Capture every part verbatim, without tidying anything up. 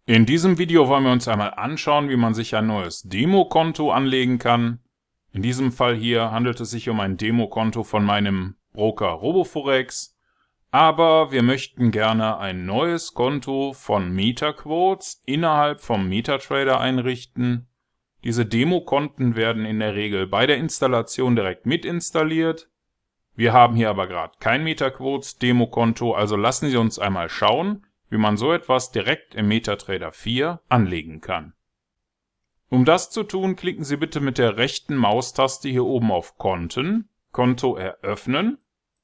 In diesem Video wollen wir uns einmal anschauen, wie man sich ein neues Demokonto anlegen kann. In diesem Fall hier handelt es sich um ein Demokonto von meinem Broker Roboforex. Aber wir möchten gerne ein neues Konto von MetaQuotes innerhalb vom MetaTrader einrichten. Diese Demokonten werden in der Regel bei der Installation direkt mit installiert. Wir haben hier aber gerade kein MetaQuotes Demokonto, also lassen Sie uns einmal schauen, wie man so etwas direkt im MetaTrader vier anlegen kann. Um das zu tun, klicken Sie bitte mit der rechten Maustaste hier oben auf Konten, Konto eröffnen.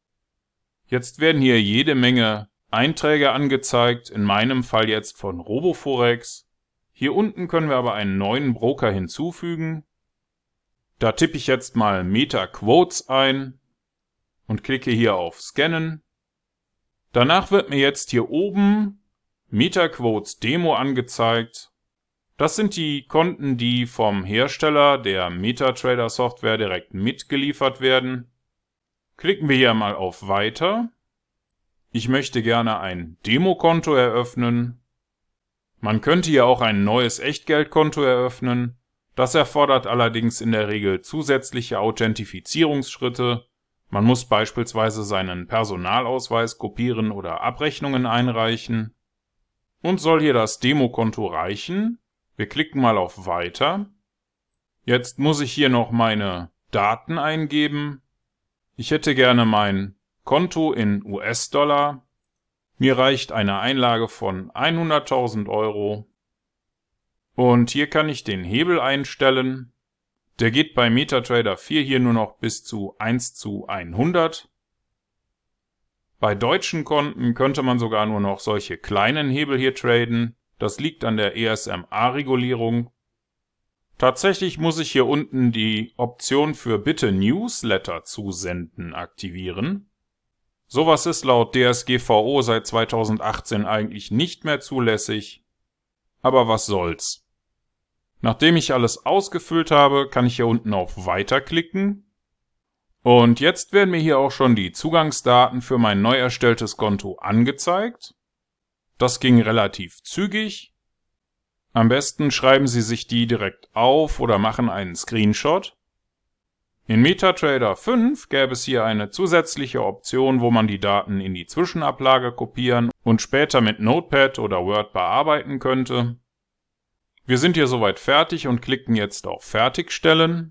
Jetzt werden hier jede Menge Einträge angezeigt, in meinem Fall jetzt von Roboforex. Hier unten können wir aber einen neuen Broker hinzufügen. Da tippe ich jetzt mal MetaQuotes ein und klicke hier auf Scannen. Danach wird mir jetzt hier oben MetaQuotes Demo angezeigt. Das sind die Konten, die vom Hersteller der MetaTrader Software direkt mitgeliefert werden. Klicken wir hier mal auf Weiter. Ich möchte gerne ein Demokonto eröffnen. Man könnte hier auch ein neues Echtgeldkonto eröffnen. Das erfordert allerdings in der Regel zusätzliche Authentifizierungsschritte. Man muss beispielsweise seinen Personalausweis kopieren oder Abrechnungen einreichen. Und soll hier das Demokonto reichen? Wir klicken mal auf Weiter. Jetzt muss ich hier noch meine Daten eingeben. Ich hätte gerne mein Konto in U S-Dollar. Mir reicht eine Einlage von hunderttausend Euro. Und hier kann ich den Hebel einstellen. Der geht bei MetaTrader vier hier nur noch bis zu eins zu hundert. Bei deutschen Konten könnte man sogar nur noch solche kleinen Hebel hier traden. Das liegt an der E S M A-Regulierung. Tatsächlich muss ich hier unten die Option für Bitte Newsletter zusenden aktivieren. Sowas ist laut D S G V O seit zweitausendachtzehn eigentlich nicht mehr zulässig. Aber was soll's. Nachdem ich alles ausgefüllt habe, kann ich hier unten auf Weiter klicken. Und jetzt werden mir hier auch schon die Zugangsdaten für mein neu erstelltes Konto angezeigt. Das ging relativ zügig. Am besten schreiben Sie sich die direkt auf oder machen einen Screenshot. In MetaTrader fünf gäbe es hier eine zusätzliche Option, wo man die Daten in die Zwischenablage kopieren und später mit Notepad oder Word bearbeiten könnte. Wir sind hier soweit fertig und klicken jetzt auf Fertigstellen.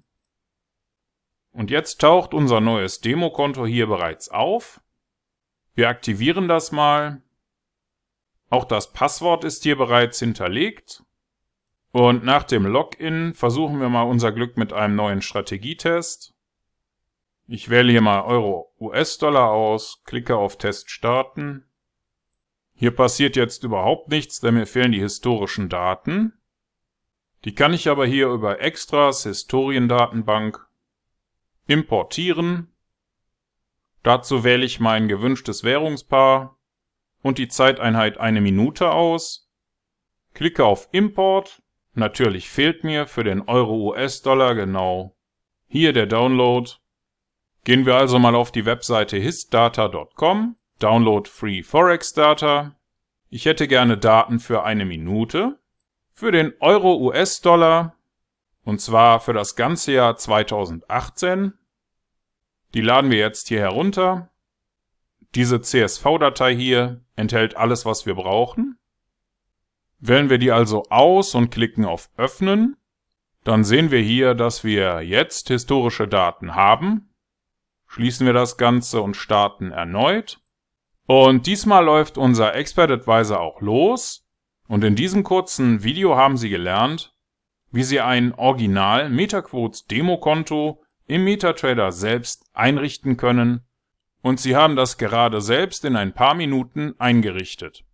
Und jetzt taucht unser neues Demokonto hier bereits auf. Wir aktivieren das mal. Auch das Passwort ist hier bereits hinterlegt. Und nach dem Login versuchen wir mal unser Glück mit einem neuen Strategietest. Ich wähle hier mal Euro U S-Dollar aus, klicke auf Test starten. Hier passiert jetzt überhaupt nichts, denn mir fehlen die historischen Daten. Die kann ich aber hier über Extras, Historiendatenbank, importieren. Dazu wähle ich mein gewünschtes Währungspaar und die Zeiteinheit eine Minute aus. Klicke auf Import. Natürlich fehlt mir für den Euro-U S-Dollar genau hier der Download. Gehen wir also mal auf die Webseite histdata punkt com. Download Free Forex Data. Ich hätte gerne Daten für eine Minute. Für den Euro-U S-Dollar. Und zwar für das ganze Jahr zweitausendachtzehn. Die laden wir jetzt hier herunter. Diese C S V-Datei hier enthält alles, was wir brauchen. Wählen wir die also aus und klicken auf Öffnen. Dann sehen wir hier, dass wir jetzt historische Daten haben. Schließen wir das Ganze und starten erneut. Und diesmal läuft unser Expert Advisor auch los. Und in diesem kurzen Video haben Sie gelernt, wie Sie ein Original MetaQuotes Demokonto im MetaTrader selbst einrichten können. Und Sie haben das gerade selbst in ein paar Minuten eingerichtet.